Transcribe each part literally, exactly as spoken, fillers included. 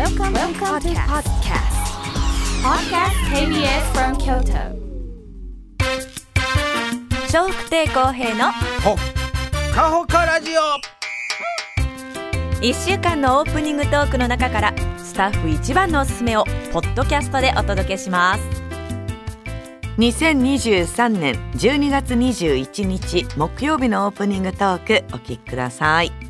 Welcome, Welcome to podcast. Podcast ケービーエス from Kyoto. 笑福亭公平のほかほかラジオ。 いっしゅうかんのオープニングトークの中からスタッフ一番のおすすめをポッドキャストでお届けします。にせんにじゅうさんねんじゅうにがつにじゅういちにち木曜日のオープニングトークお聞きください。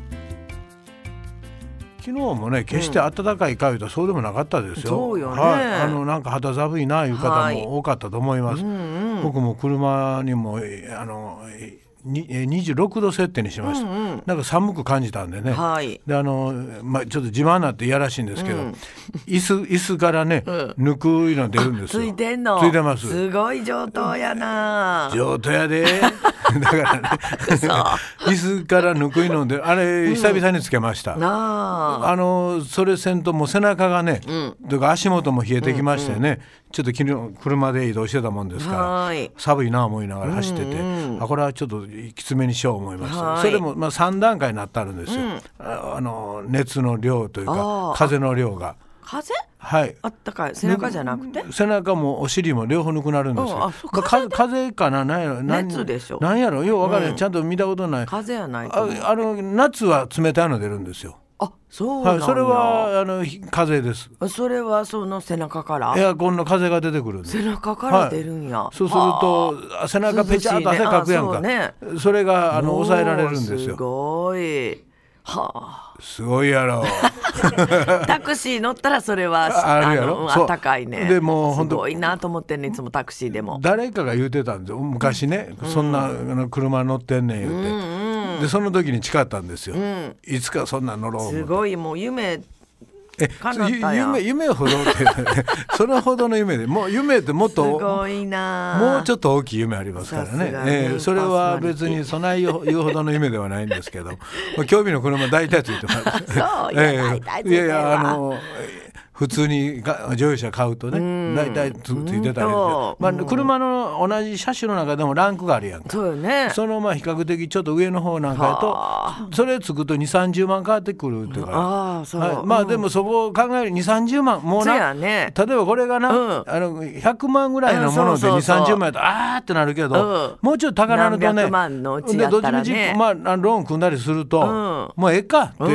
昨日もね決して暖かいかいうとそうでもなかったですよ、 そうよね、 はい、あのなんか肌寒いないう方も多かったと思います、 はい、うんうん、 僕も車にもあのにじゅうろくど設定にしました、うんうん、なんか寒く感じたんでね、はい、であの、まあ、ちょっと自慢になっていやらしいんですけど、うん、椅子椅子からね、うん、抜くの出るんですよ。 ついてんの？ ついてます。 すごい上等やな。 上等やでだからね椅子から抜くのであれ久々につけました、うん、ああのそれせんともう背中がね、うん、だから足元も冷えてきましてね、うんうん、ちょっと昨日車で移動してたもんですから寒いな思いながら走ってて、うんうん、あこれはちょっときつめにしよう思いました。それもまあさんだんかいになってあるんですよ、うん、あ, あの熱の量というか風の量が。 風？ はい、 あったかい背中じゃなくて背中もお尻も両方ぬくなるんですよ、うん、あ風, 風かな何やろ熱でしょ何やろよう分からない、うん、ちゃんと見たことない。 風やないと思う。 ああの夏は冷たいの出るんですよ。 あ、そうなんや、はい、 それはあの風です。 それはその背中からエアコンの風が出てくるんです。 背中から出るんや、はい、 そうすると背中ペチャッと汗かくやんか、 そ, ね、それがあの抑えられるんですよ。 すごい、はあ、 すごいやろタクシー乗ったらそれはあるやろ、 あったかいね。 でもすごいなと思ってんね、いつもタクシーでも誰かが言うてたんですよ昔ね、うん、そんな車乗ってんねん言うて、うんうん、でその時に誓ったんですよ、うん、いつかそんな乗ろう思って。 すごい、もう夢え夢, 夢ほどってそれほどの夢でもう夢ってもっとすごいな、 もうちょっと大きい夢ありますからね、えー、それは別にそない言うほどの夢ではないんですけど興味の車大体ついてますそういや、えー、大体ついてるわ。いやいや、あの普通に乗用車買うとね大体 つ, ついてたり、まあ、車の同じ車種の中でもランクがあるやんか。 そうよね。 そのまあ比較的ちょっと上の方なんかやとそれつくとにじゅうさんじゅうまん変わってくるっていうから、あ、そう、はい、まあでもそこを考えるにじゅうさんじゅうまんもうな、ね、例えばこれがな、うん、あのひゃくまんぐらいのものでにじゅうさんじゅうまんやとあーってなるけど、うん、もうちょっと高なるとね、 何百万のうちやったらね、 でどっちみち、まあ、ローン組んだりすると、うん、もうええかって、うん、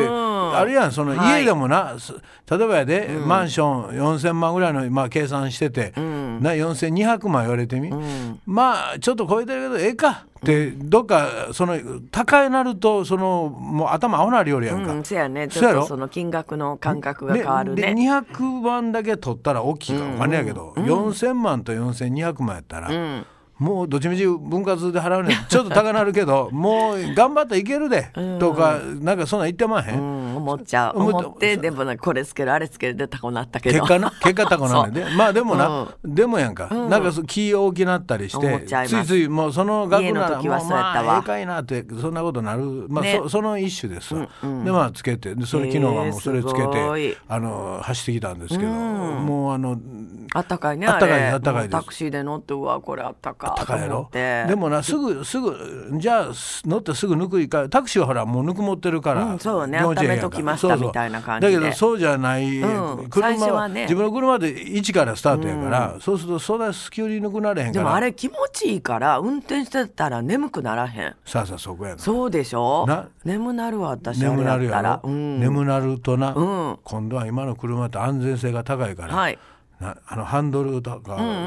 あるやん。その家でもな、はい、例えばやで、うん、マンションよんせんまんぐらいの、まあ、計算してて、うん、なよんせんにひゃくまん言われてみ、うん、まあちょっと超えてるけどええかって、うん、どっかその高いなるとそのもう頭青なるよりやんか、 うん、そうやね、ちょっとその金額の感覚が変わるね。 でにひゃくまんだけ取ったら大きいかお金やけど、うんうん、よんせんまんとよんせんにひゃくまんやったら、うん、もうどっちみち分割で払うねんちょっと高なるけどもう頑張ったらいけるで、うん、とかなんかそんなん言ってまへん、うん、 思っちゃう思ってでもこれつけるあれつけるで高なったけど結果な結果高なんでまあでもな、うん、でもやんか、うん、なんか気大きなったりしてついついもうその額ならもうまあええかいなってそんなことなる、まあね、そ, その一種ですわ、うんうん、でまあつけてでそれ昨日はもうそれつけて、えー、あの走ってきたんですけど、うん、もうあのあったかいね、 あったかいあったかいです。 タクシーで乗ってうわこれあったかと思って、でもなすぐすぐじゃあ乗ってすぐ抜くいかタクシーはほらもうぬくもってるから、うん、 そうね、温めときましたみたいな感じで。 だけどそうじゃない、うん、車は、ね、自分の車で一からスタートやから、うん、そうするとそんな好きよりぬくなれへんから。 でもあれ気持ちいいから運転してたら眠くならへん。 さあさあそこやな。 そうでしょな、眠なるわ私眠なるやろ、 あれやったら、うん、 眠なるとな、 うん、 今度は今の車って安全性が高いから、はい、なあのハンドルとか、うんうん、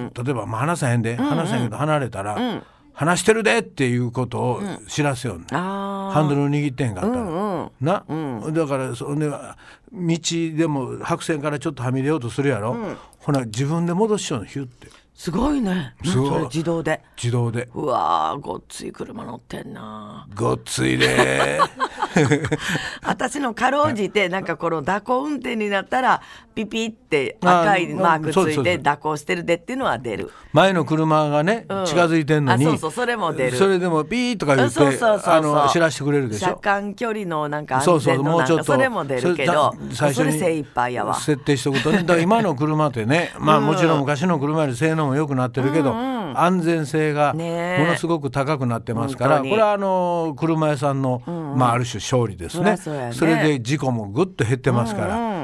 例えば、まあ、離さへんで、うんうん、離さへんけど離れたら、うん、離してるでっていうことを知らせようね、うん、ハンドルを握ってんかったら、うんうん、な、うん、だからそんで道でも白線からちょっとはみ出ようとするやろ、うん、ほな自分で戻しようのヒュッて。 すごいね、すごい、それ自動で自動で。 うわーごっつい車乗ってんな。 ごっついで私のかろうじてなんかこの蛇行運転になったらピピって赤いマークついて蛇行してるでっていうのは出る。 前の車がね、うん、近づいてんのに、 あそうそうそれも出る。 それでもピーとか言ってそうそうそうそうあの知らせてくれるでしょ。 車間距離のなんか安全のなんかそうそうもうちょっとそれも出るけど最初にそれ精一杯やわ設定しとくとね。だから今の車ってねまあもちろん昔の車より性能も良くなってるけど、うんうん、安全性がものすごく高くなってますから、これはあの車屋さんの、うんうんまあ、ある種勝利です ね,、うん、そ, ねそれで事故もぐっと減ってますから、うんうん、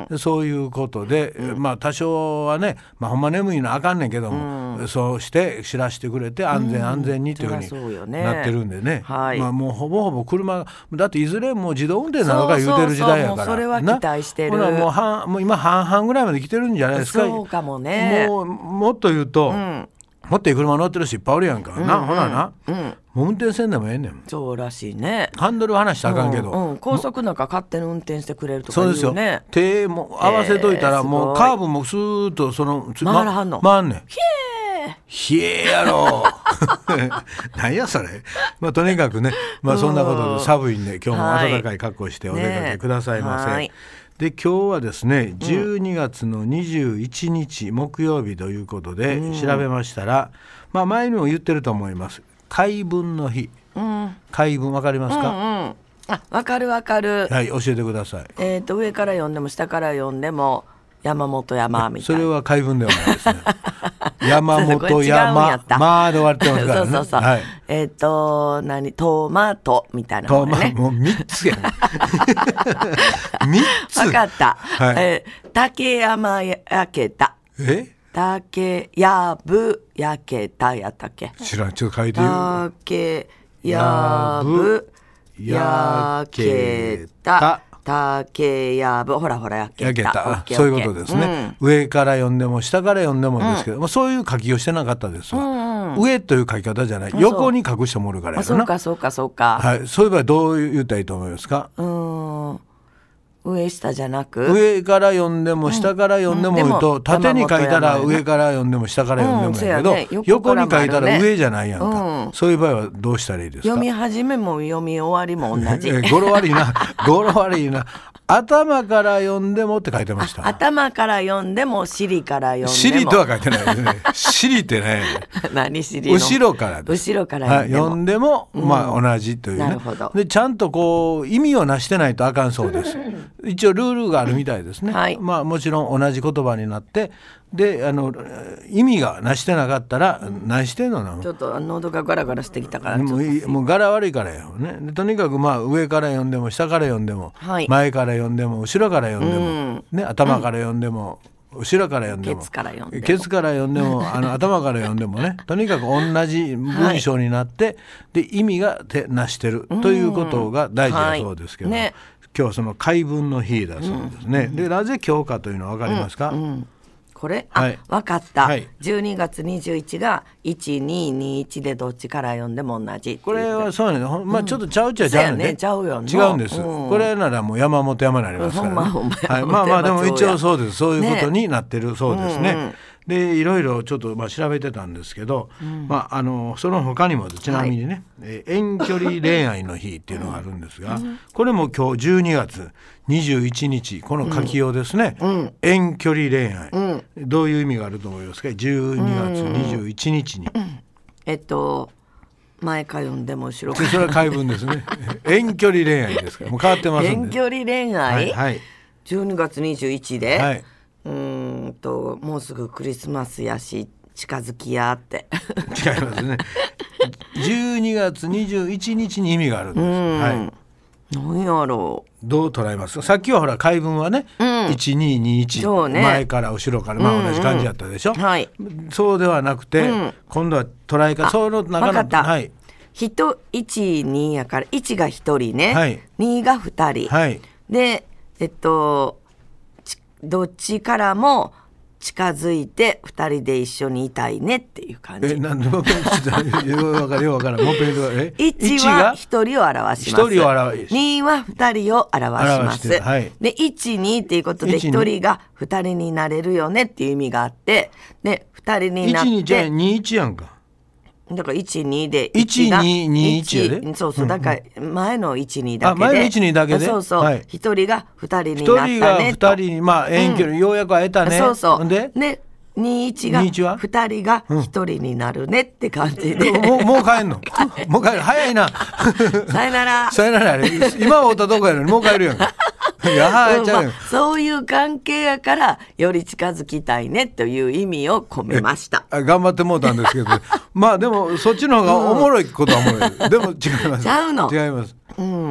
うん、そういうことで、うん、まあ多少はね、まあ、ほんま眠いのあかんねんけども、うん、そうして知らせてくれて安全安全にというふうになってるんでね、はい、まあ、もうほぼほぼ車だっていずれもう自動運転なのか言うてる時代やから、 そうそうそう、もうそれは期待してる。 ほらもう半もう今半々ぐらいまで来てるんじゃないですか。 そうかもね。 もうもっと言うと、うん、もっといい車乗ってるしいっぱいおるやんか、うんうん、なほらな、うん、もう運転せんでもええねん。 そうらしいね。 ハンドル離したらあかんけど、 うんうん、高速なんか勝手に運転してくれるとか言うね。 そうですよ。手も合わせといたら、えー、もうカーブもスーッとその回らはんの、 ま、回んねん。 ひえひえやろ何やそれ、まあ、とにかくね、まあ、そんなことで寒いんで今日も暖かい格好してお出かけくださいませ、ね、はい。で今日はですねじゅうにがつのにじゅういちにち木曜日ということで、うん、調べましたら、まあ、前にも言ってると思います回文の日、うん、回文わかりますか？ うんうん、あ、わかるわかる。 はい、教えてください。 えーと、上から読んでも下から読んでも山本山みたいな。 それは回文ではないですね山本山まあで終わってますからね。 そうそうそう、はい、えっ、ー、と何トマトみたいなもんね。 もうみっつやみっつ分かった、はい。えー、竹山焼けた。 え竹やぶ焼けたやったっけ。 知らん、ちょっと書いてよ。 竹やぶ焼けた竹やぶ、ほらほら焼けた、 焼けた、そういうことですね、うん、上から読んでも下から読んでもですけど、うん、そういう書きをしてなかったですわ、うんうん、上という書き方じゃない、横に書く人もおるからやろな。 そうかそうかそうか、 はい、そういえばどう言ったらいいと思いますか？ うーん、上下じゃなく上から読んでも下から読んでも言うと、うん、縦に書いたら上から読んでも下から読んでもやけど、うんね、横に書いたら上じゃないやんか、うん、そういう場合はどうしたらいいですか？ 読み始めも読み終わりも同じ語呂悪いな語呂悪いな頭から読んでもって書いてました。 頭から読んでも尻から読んでも。 尻とは書いてないですね尻ってね何尻の後ろからです。 後ろから読んでも、はい、読んでも、 うん、まあ同じというね。なるほど。でちゃんとこう意味をなしてないとあかんそうです一応ルールがあるみたいですね、はい。まあもちろん同じ言葉になってであの意味がなしてなかったら、うん、何してんのなちょっと喉がガラガラしてきたからもういい、もう柄悪いからよね。でとにかくまあ上から読んでも下から読んでも、はい、前から読んでも後ろから読んでも、うんね、頭から読んでも、うん、後ろから読んでもケツから読んでもケツから読んでもあの頭から読んでもねとにかく同じ文章になって、はい、で意味がてなしてるということが大事だそうですけど、はいね、今日はその回文の日だそうですね、うん、でなぜ今日かというのは分かりますか？うんうん、 これ、あ、はい、分かった、はい、じゅうにがつにじゅういちがいちににいちでどっちから読んでも同じ。 これはそうね、まあ、ちょっとちゃうっちゃちゃうね、 うん、ちゃうよね。 違うんです、うん、これならもう山本山になりますからね、うん、はい、まあまあでも一応そうです、そういうことになってるそうですね、うんうん、でいろいろちょっとまあ調べてたんですけど、うん、まあ、あのその他にもちなみにね、はい、えー、遠距離恋愛の日っていうのがあるんですが、うん、これも今日じゅうにがつにじゅういちにちこの書きようですね、うん、遠距離恋愛、うん、どういう意味があると思いますか？じゅうにがつにじゅういちにちに、うん、 えっと前か読んでも後ろかそれは回文ですね遠距離恋愛ですからもう変わってますんで。 遠距離恋愛、はいはい、じゅうにがつにじゅういちで、はい、うーんともうすぐクリスマスやし近づきやって違いますねじゅうにがつにじゅういちにちに意味があるんです、はい、 何やろう、 どう捉えますか？さっきはほら回文はね、うん、いちににいち、ね、前から後ろから、まあ、同じ感じだったでしょ、うんうん、はい、そうではなくて、うん、今度は捉え方その中の分かった、はい、 人いちにやからいちがひとりね、はい、にがふたり、はい、でえっとどっちからも近づいてふたりで一緒にいたいねっていう感じ。 え、なんで分かるよ分かるよ分かる。もうえいちはひとりを表します。ひとりを表しにはふたりを表します。はい、でいち、にっていうことでひとりがふたりになれるよねっていう意味があってでふたりになっていちにじゃにいちやんか。だからいちにでいちがいちににいちやで。そうそう、だから前のいちにだけで、あ、前のいちにだけで、そうそう、はい、ひとりがふたりになったねと。ひとりがふたりに、まあ遠距離、うん、ようやく会えたね。そうそうでね、にいちがふたりがひとりになるねって感じで、うん、もう、もう帰んのもう帰る早いなさよならさよなら今会ったとこやのにもう帰るやんいやー、うん、まあ、 そういう関係やからより近づきたいねという意味を込めました。 頑張ってもうたんですけどまあでもそっちの方がおもろいことはおもろい、うん、でも違います。 ちゃうの。 違います、 うん、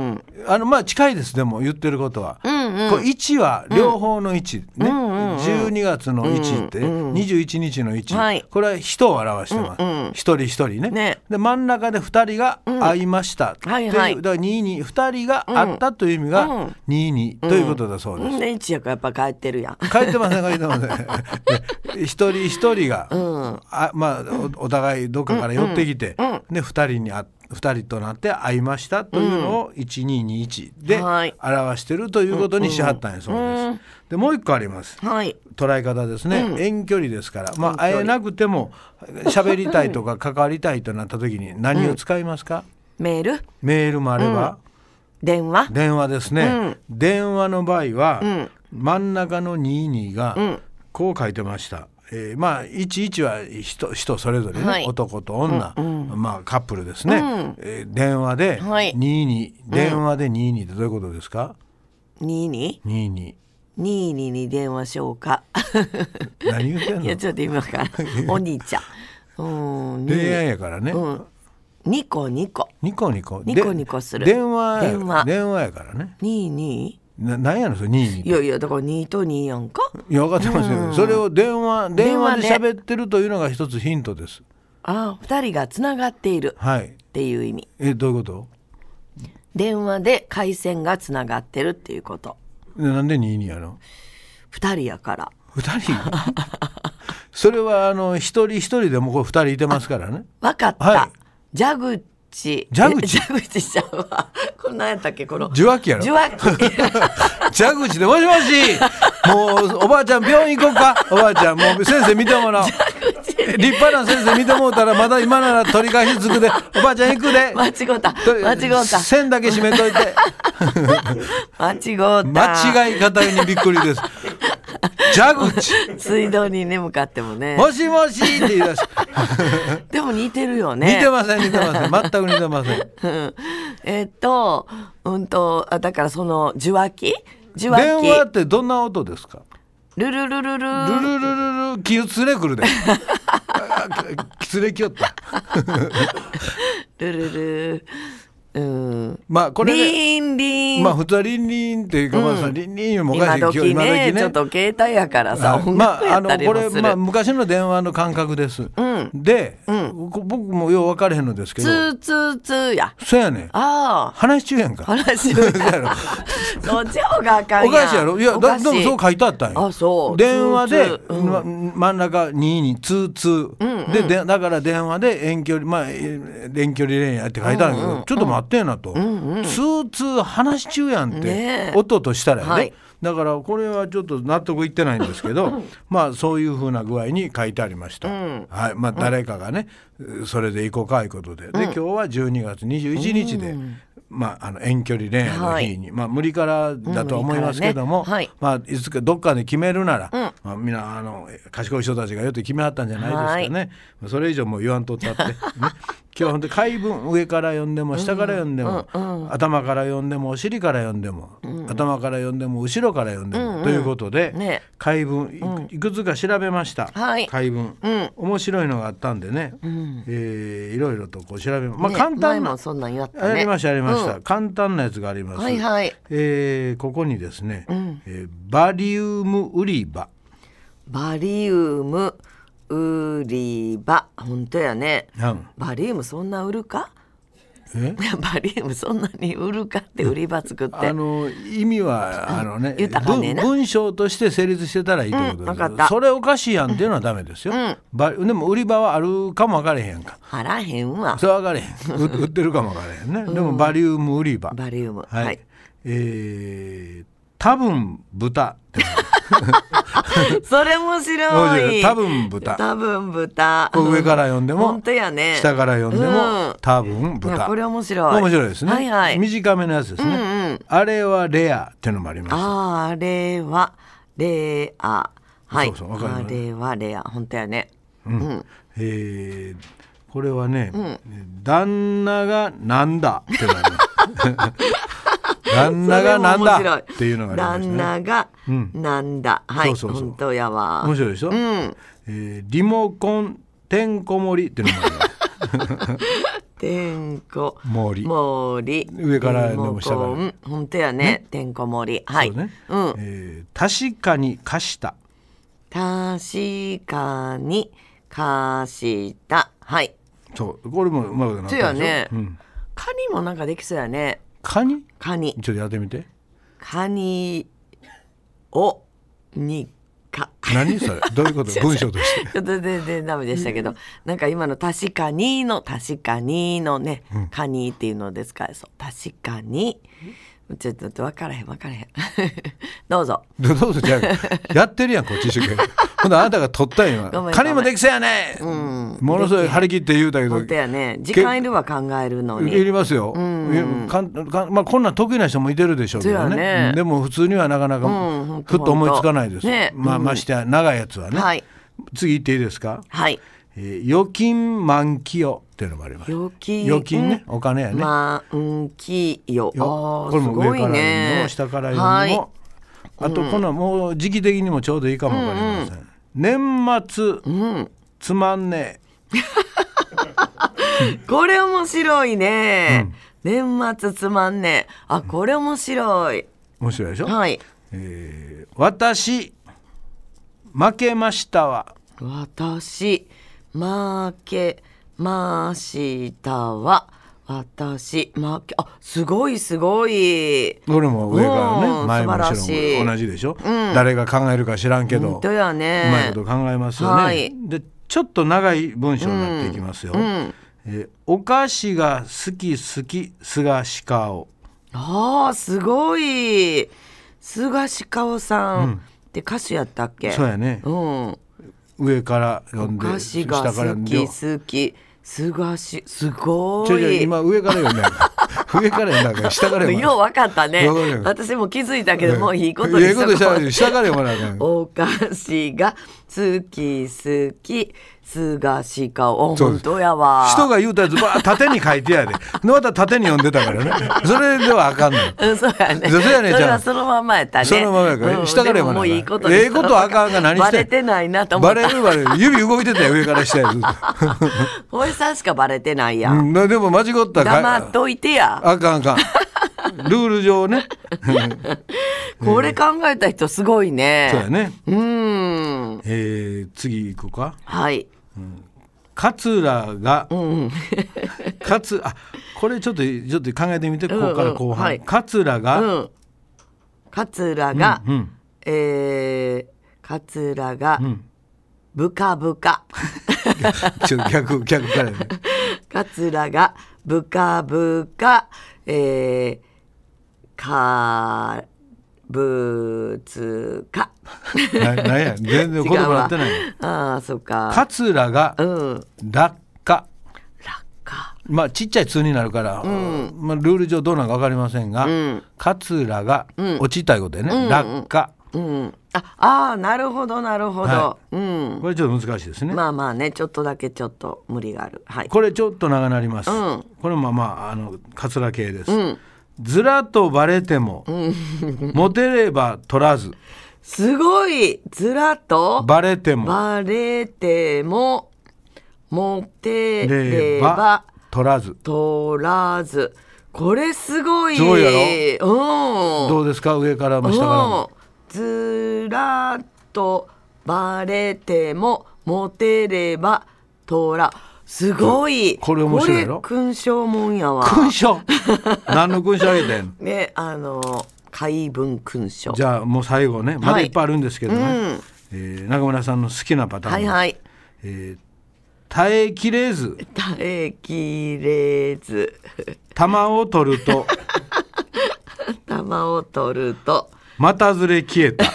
あのまあ近いです。でも言ってることは、うんうん、これいちは両方のいち、うん、ね、うんうんうん、じゅうにがつのいちってにじゅういちにちのいち、はい、これは人を表してます、うんうん、一人一人 ね, ねで真ん中でふたりが会いましたっていう、うん、はいはい、だからにじゅうに、ふたりが会ったという意味がにじゅうに、うん、ということだそうです、うん、 いちやからやっぱ帰ってるやん。 帰ってません帰ってません一人一人が、うん、あ、まあ、お, お互いどっかから寄ってきて、うんうん、でふたりに会ってふたりとなって会いましたというのをいちににいちで表しているということにしはったんやそうです、うんうん、でもう一個あります、はい、捉え方ですね、うん、遠距離ですから、まあ、会えなくても喋りたいとか関わりたいとなった時に何を使いますか？ うん、メールメールもあれば、 うん、電話電話ですね、うん、電話の場合は、うん、真ん中のにじゅうにがこう書いてました、えー、まあいちいちは 人, 人それぞれね、はい、男と女、うんうん、まあカップルですね、うんえー、電話でにじゅうに、はい、電話でにじゅうにってどういうことですか？ にじゅうに にじゅうに にじゅうにに電話しようか何言ってんの？ いやちょっと今からお兄ちゃん、うん、 恋愛やからね、うん、 にこにこにこにこにこにこする電話電話電話やからね。 にじゅうにな何やのそれにじゅうにって。 いやいやだからにとにやんか。 いや分かってますよ、うん、それを電話電話で喋ってるというのが一つヒントです。 ああふたりがつながっているっていう意味、 はい、えどういうこと？ 電話で回線がつながってるっていうこと。 なんでにじゅうにやの？ ふたりやからふたりそれはあの一人一人でもこれふたりいてますからね。 分かった、はい、蛇口蛇口蛇口ちゃうわこれ何やったっけこの受話器やろ。 受話器蛇口でもしもしもうおばあちゃん病院行こうかおばあちゃんもう先生見てもらおう立派な先生見てもうたらまだ今なら取り返しつくでおばあちゃん行くで間違った間違った線だけ閉めといて間違った間違い方にびっくりです蛇口水道に、ね、向かってもねもしもしって言い出しでも似てるよね。 似てません似てません全く似てませんえっとうんとだからその受話器受話器電話ってどんな音ですか？ ルルルルルルルルルルルキツネ来るでキツネ来よったルルルうんまあこれ、ね、 リンリンまあ普通はリンリンっていうか、まあさ、うん、リンリンも今時ね今時ねちょっと携帯やからさあまああのこれ、まあ、昔の電話の感覚です、うん、で、うん、僕もよう分からへんのですけどツーツーツーやそうやねんあ話し中やんか話し中やそっち方があかんやんおかしいやろいやだでもそう書いてあったんよ。 あそう電話で、うん、真ん中ににツーツー、うんうん、で, でだから電話で遠距離まあ遠距離恋愛って書いてあるんだけど、うんうん、ちょっと待ってやなと、うんうん、ツーツー話し中やんって、ね、音としたらね、はい、だからこれはちょっと納得いってないんですけどまあそういう風な具合に書いてありました、うんはいまあ、誰かがね、うん、それで行こうかいうことで、うん、で今日はじゅうにがつにじゅういちにちで、うんまあ、あの遠距離恋愛の日に、はいまあ、無理からだとは思いますけども、うんねはいまあ、いつかどっかで決めるなら、うんまあ、みんなあの賢い人たちがよって決めはったんじゃないですかね、はい、それ以上もう言わんとったって、ね、今日は本当に回文上から読んでも下から読んでも、うんうん、頭から読んでもお尻から読んでも、うん、頭から読んでも後ろから読んでも、うんうん、ということで、ね、回文 い, いくつか調べました、はい、回文、うん、面白いのがあったんでね、うんえー、いろいろとこう調べま、まあ、簡単な、ね、 そんなんやったね、 やりましたやりました、うん、簡単なやつがあります、 はいはいえー、ここにですね、うんえー、バリウム売り場バリウム売り場本当やね、うん、バリウムそんな売るかえバリウムそんなに売るかって売り場作ってあの意味はあの、ね、 豊かねな文章として成立してたらいいってことです、うん、それおかしいやんっていうのはダメですよ、うん、でも売り場はあるかも分かれへんやんかあらへんわそれ分かれへん売ってるかも分かれへんね、うん、でもバリウム売り場バリウムはい、はい、 えー、多分豚ってそれ面白い多分豚多分豚上から読んでも本当やね下から読んでも、うん、多分豚これ面白い面白いですね、 はいはい、 短めのやつですね、うんうん、あれはレアっていうのもありますああれはレアはいそうそうわかる、ね、あれはレア本当やね、 うんうんえー、これはね、うん、旦那がなんだってのがあります旦那がなんだっていうのがありましたね。 旦那がなんだ、うん、はいそうそうそう本当やわ面白いでしょ、うんえー、リモコンてんこ盛りっていうのもありますてんこ盛り盛り上からでも下から、 うん、本当やね、ねてんこ盛り、はい、 そうね、 うんえー、確かに貸した、 確かに貸した、はい、 そうこれもうまくなったでしょ。 そうやね、 うん、 カニもなんかできそうやね。 カニカニちょっとやってみて。 カニをにか何それどういうこと文章としてちょっと全然ダメでしたけど、なんか今の確かにの確かにのね、うん、カニっていうので使えそう。確かにちょっと分からへん分からへんどうぞどうぞじゃあやってるやんこっち一生懸命ほんであなたが取ったんよカニもできそうやね、うん、ものすごい張り切って言うたけど本当やね、時間いるわ考えるのにいりますよ、うんかんかまあ、こんなん得意な人もいてるでしょうけど ね, ねでも普通にはなかなかふっと思いつかないです、ね、まあ、ましてや長いやつはね、はい、次言っていいですか。 はい、 えー、預金満期よっていうのもあります。 預金、 預金ね、お金やね。 満期よ。 これも上から読むの下から読むのも、はい、あとこのもう時期的にもちょうどいいかもわかりません、うんうん、年末、うん、つまんねえこれ面白いね、うん、年末つまんねえ、あこれ面白い、 面白いでしょ。 はい、 えー、私負けましたわ。 私負けましたわ。私負け、あすごいすごい。 これも上からね、前も後ろも同じでしょ、うん、誰が考えるか知らんけど、 本当やね、 うまいこと考えますよね、はい、でちょっと長い文章になっていきますよ、うんうん、えー、お菓子が好き好き菅氏顔。 あーすごい、菅氏顔さん、うん、って歌手やったっけ。 そうやね、うん、上から読んでお菓子が好き好き菅氏、すごい。 ちょいちょい今上から読んだ上から読んだから下から読んだ。 よう分かったね。私も気づいたけど、もういいことにしとこう。いいことした下から読まなきゃ。 お菓子が好き好き菅氏顔。本当やわ。 人が言うたやつば縦に書いてやで。また縦に読んでたからね。それではあかんの。 うん、そうやね。そうやね。それはそのままやったね。 そのままやから、うん、下から読まなきゃ。 もういいことにしとこう。 ええことあかんが何して。 バレてないなと思った。 バレるバレる。指動いてたよ上から下やずっと。 ほいさんしかバレてないやん。 うん、でも間違ったら。黙っといてや。 あかんあかん。ルール上ね。 これ考えた人すごいね。 そうやね。 うん。 えー、次行こうか。 はい。 うん、桂が、うん、かつあこれちょっとちょっと考えてみて、ここから後半、うんうん、はい、桂が、うん、 桂が、うんうん、えー、桂が、うん、ブカブカちょっと逆逆からね。 桂がブカブカ、えー、かぶつかななんや全然言葉なってない。 ああそっか。 桂が、うん、落下落下、 まあちっちゃい通になるから、うん、まあ、ルール上どうなのか分かりませんが、うん、桂が落ちたいことでね、うん、落下、 うんうん、ああなるほどなるほど、はい、うん、 これちょっと難しいですね。 まあまあね、ちょっとだけちょっと無理がある、はい、 これちょっと長なります、うん、これもまああの桂系です、うん、ずらとバレても、うん、モテれば取らず。 すごい、ずらとバレてもバレてもモテれば取らず取らず。これすごい。 すごいやろ、うん、どうですか上からも下からも。 ずらとバレてもモテれば取ら。すごい。 これ面白いやろ。 これ勲章もんやわ。 勲章何の勲章あげてんのね、あの海文勲章。 じゃあもう最後ね、まだいっぱいあるんですけどね、はい、うん、えー、中村さんの好きなパターン、 はいはい、 えー、耐えきれず耐えきれず玉を取ると玉を取るとまたずれ消えた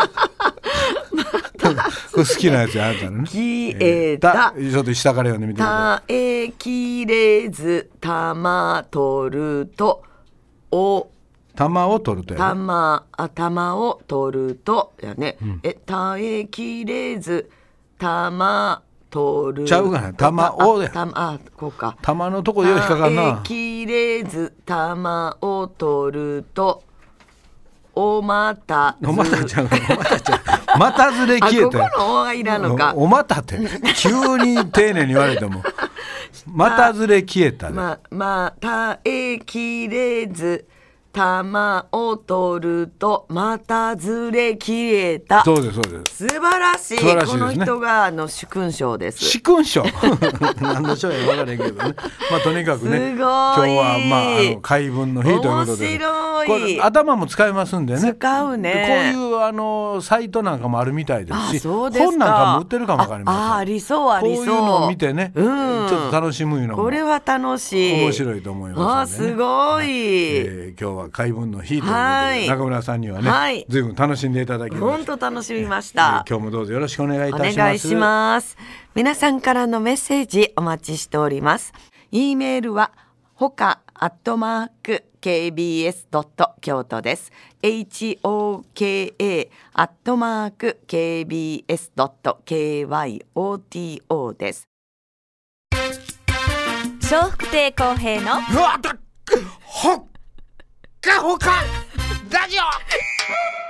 これ好きなやつあるからね。 消えた、 えー、ちょっと下から読んでみてください。 耐えきれず玉取るとお玉を取るとや、ね、 玉頭を取るとやね、うん、え耐えきれず玉取るちゃうがな、玉をや、 ああこうか、 玉のとこでよう引っかかんな。 耐えきれず玉を取るとおまたずおまたちゃうおまたちゃうまたずれ消えた。 あここのおがいらんのか。 おまたって急に丁寧に言われてもまたずれ消えたで、 ままたえきれず玉を取るとまたずれ消えた。 そうですそうです。 素晴らしい。 素晴らしいですね。 この人があの主勲章です。 主勲章何の章や分からへんけどね。まあとにかくね、今日はまあ、あの海軍の日ということで、 面白い。 これ頭も使えますんでね。 使うね。 こういうあのサイトなんかもあるみたいですし、 あ、そうですか。 本なんかも売ってるかも分かりません。 ああ、ありそうありそう。 こういうのを見てね、 うん、 ちょっと楽しむのもこれは楽しい。 面白いと思いますので、ね、 あ、すごい、 えー、今日は海軍の日ということで、はい、中村さんにはね、はい、ずいぶん楽しんでいただきました。 本当楽しみました、 えー、今日もどうぞよろしくお願いいたします。 お願いします。皆さんからのメッセージお待ちしております。 E メールはほかアットマーク ケービーエス ドット 京都です。 ホカ アットマーク ケービーエス ドット キョト です。 笑福亭公平のうわっほっかほかラジオ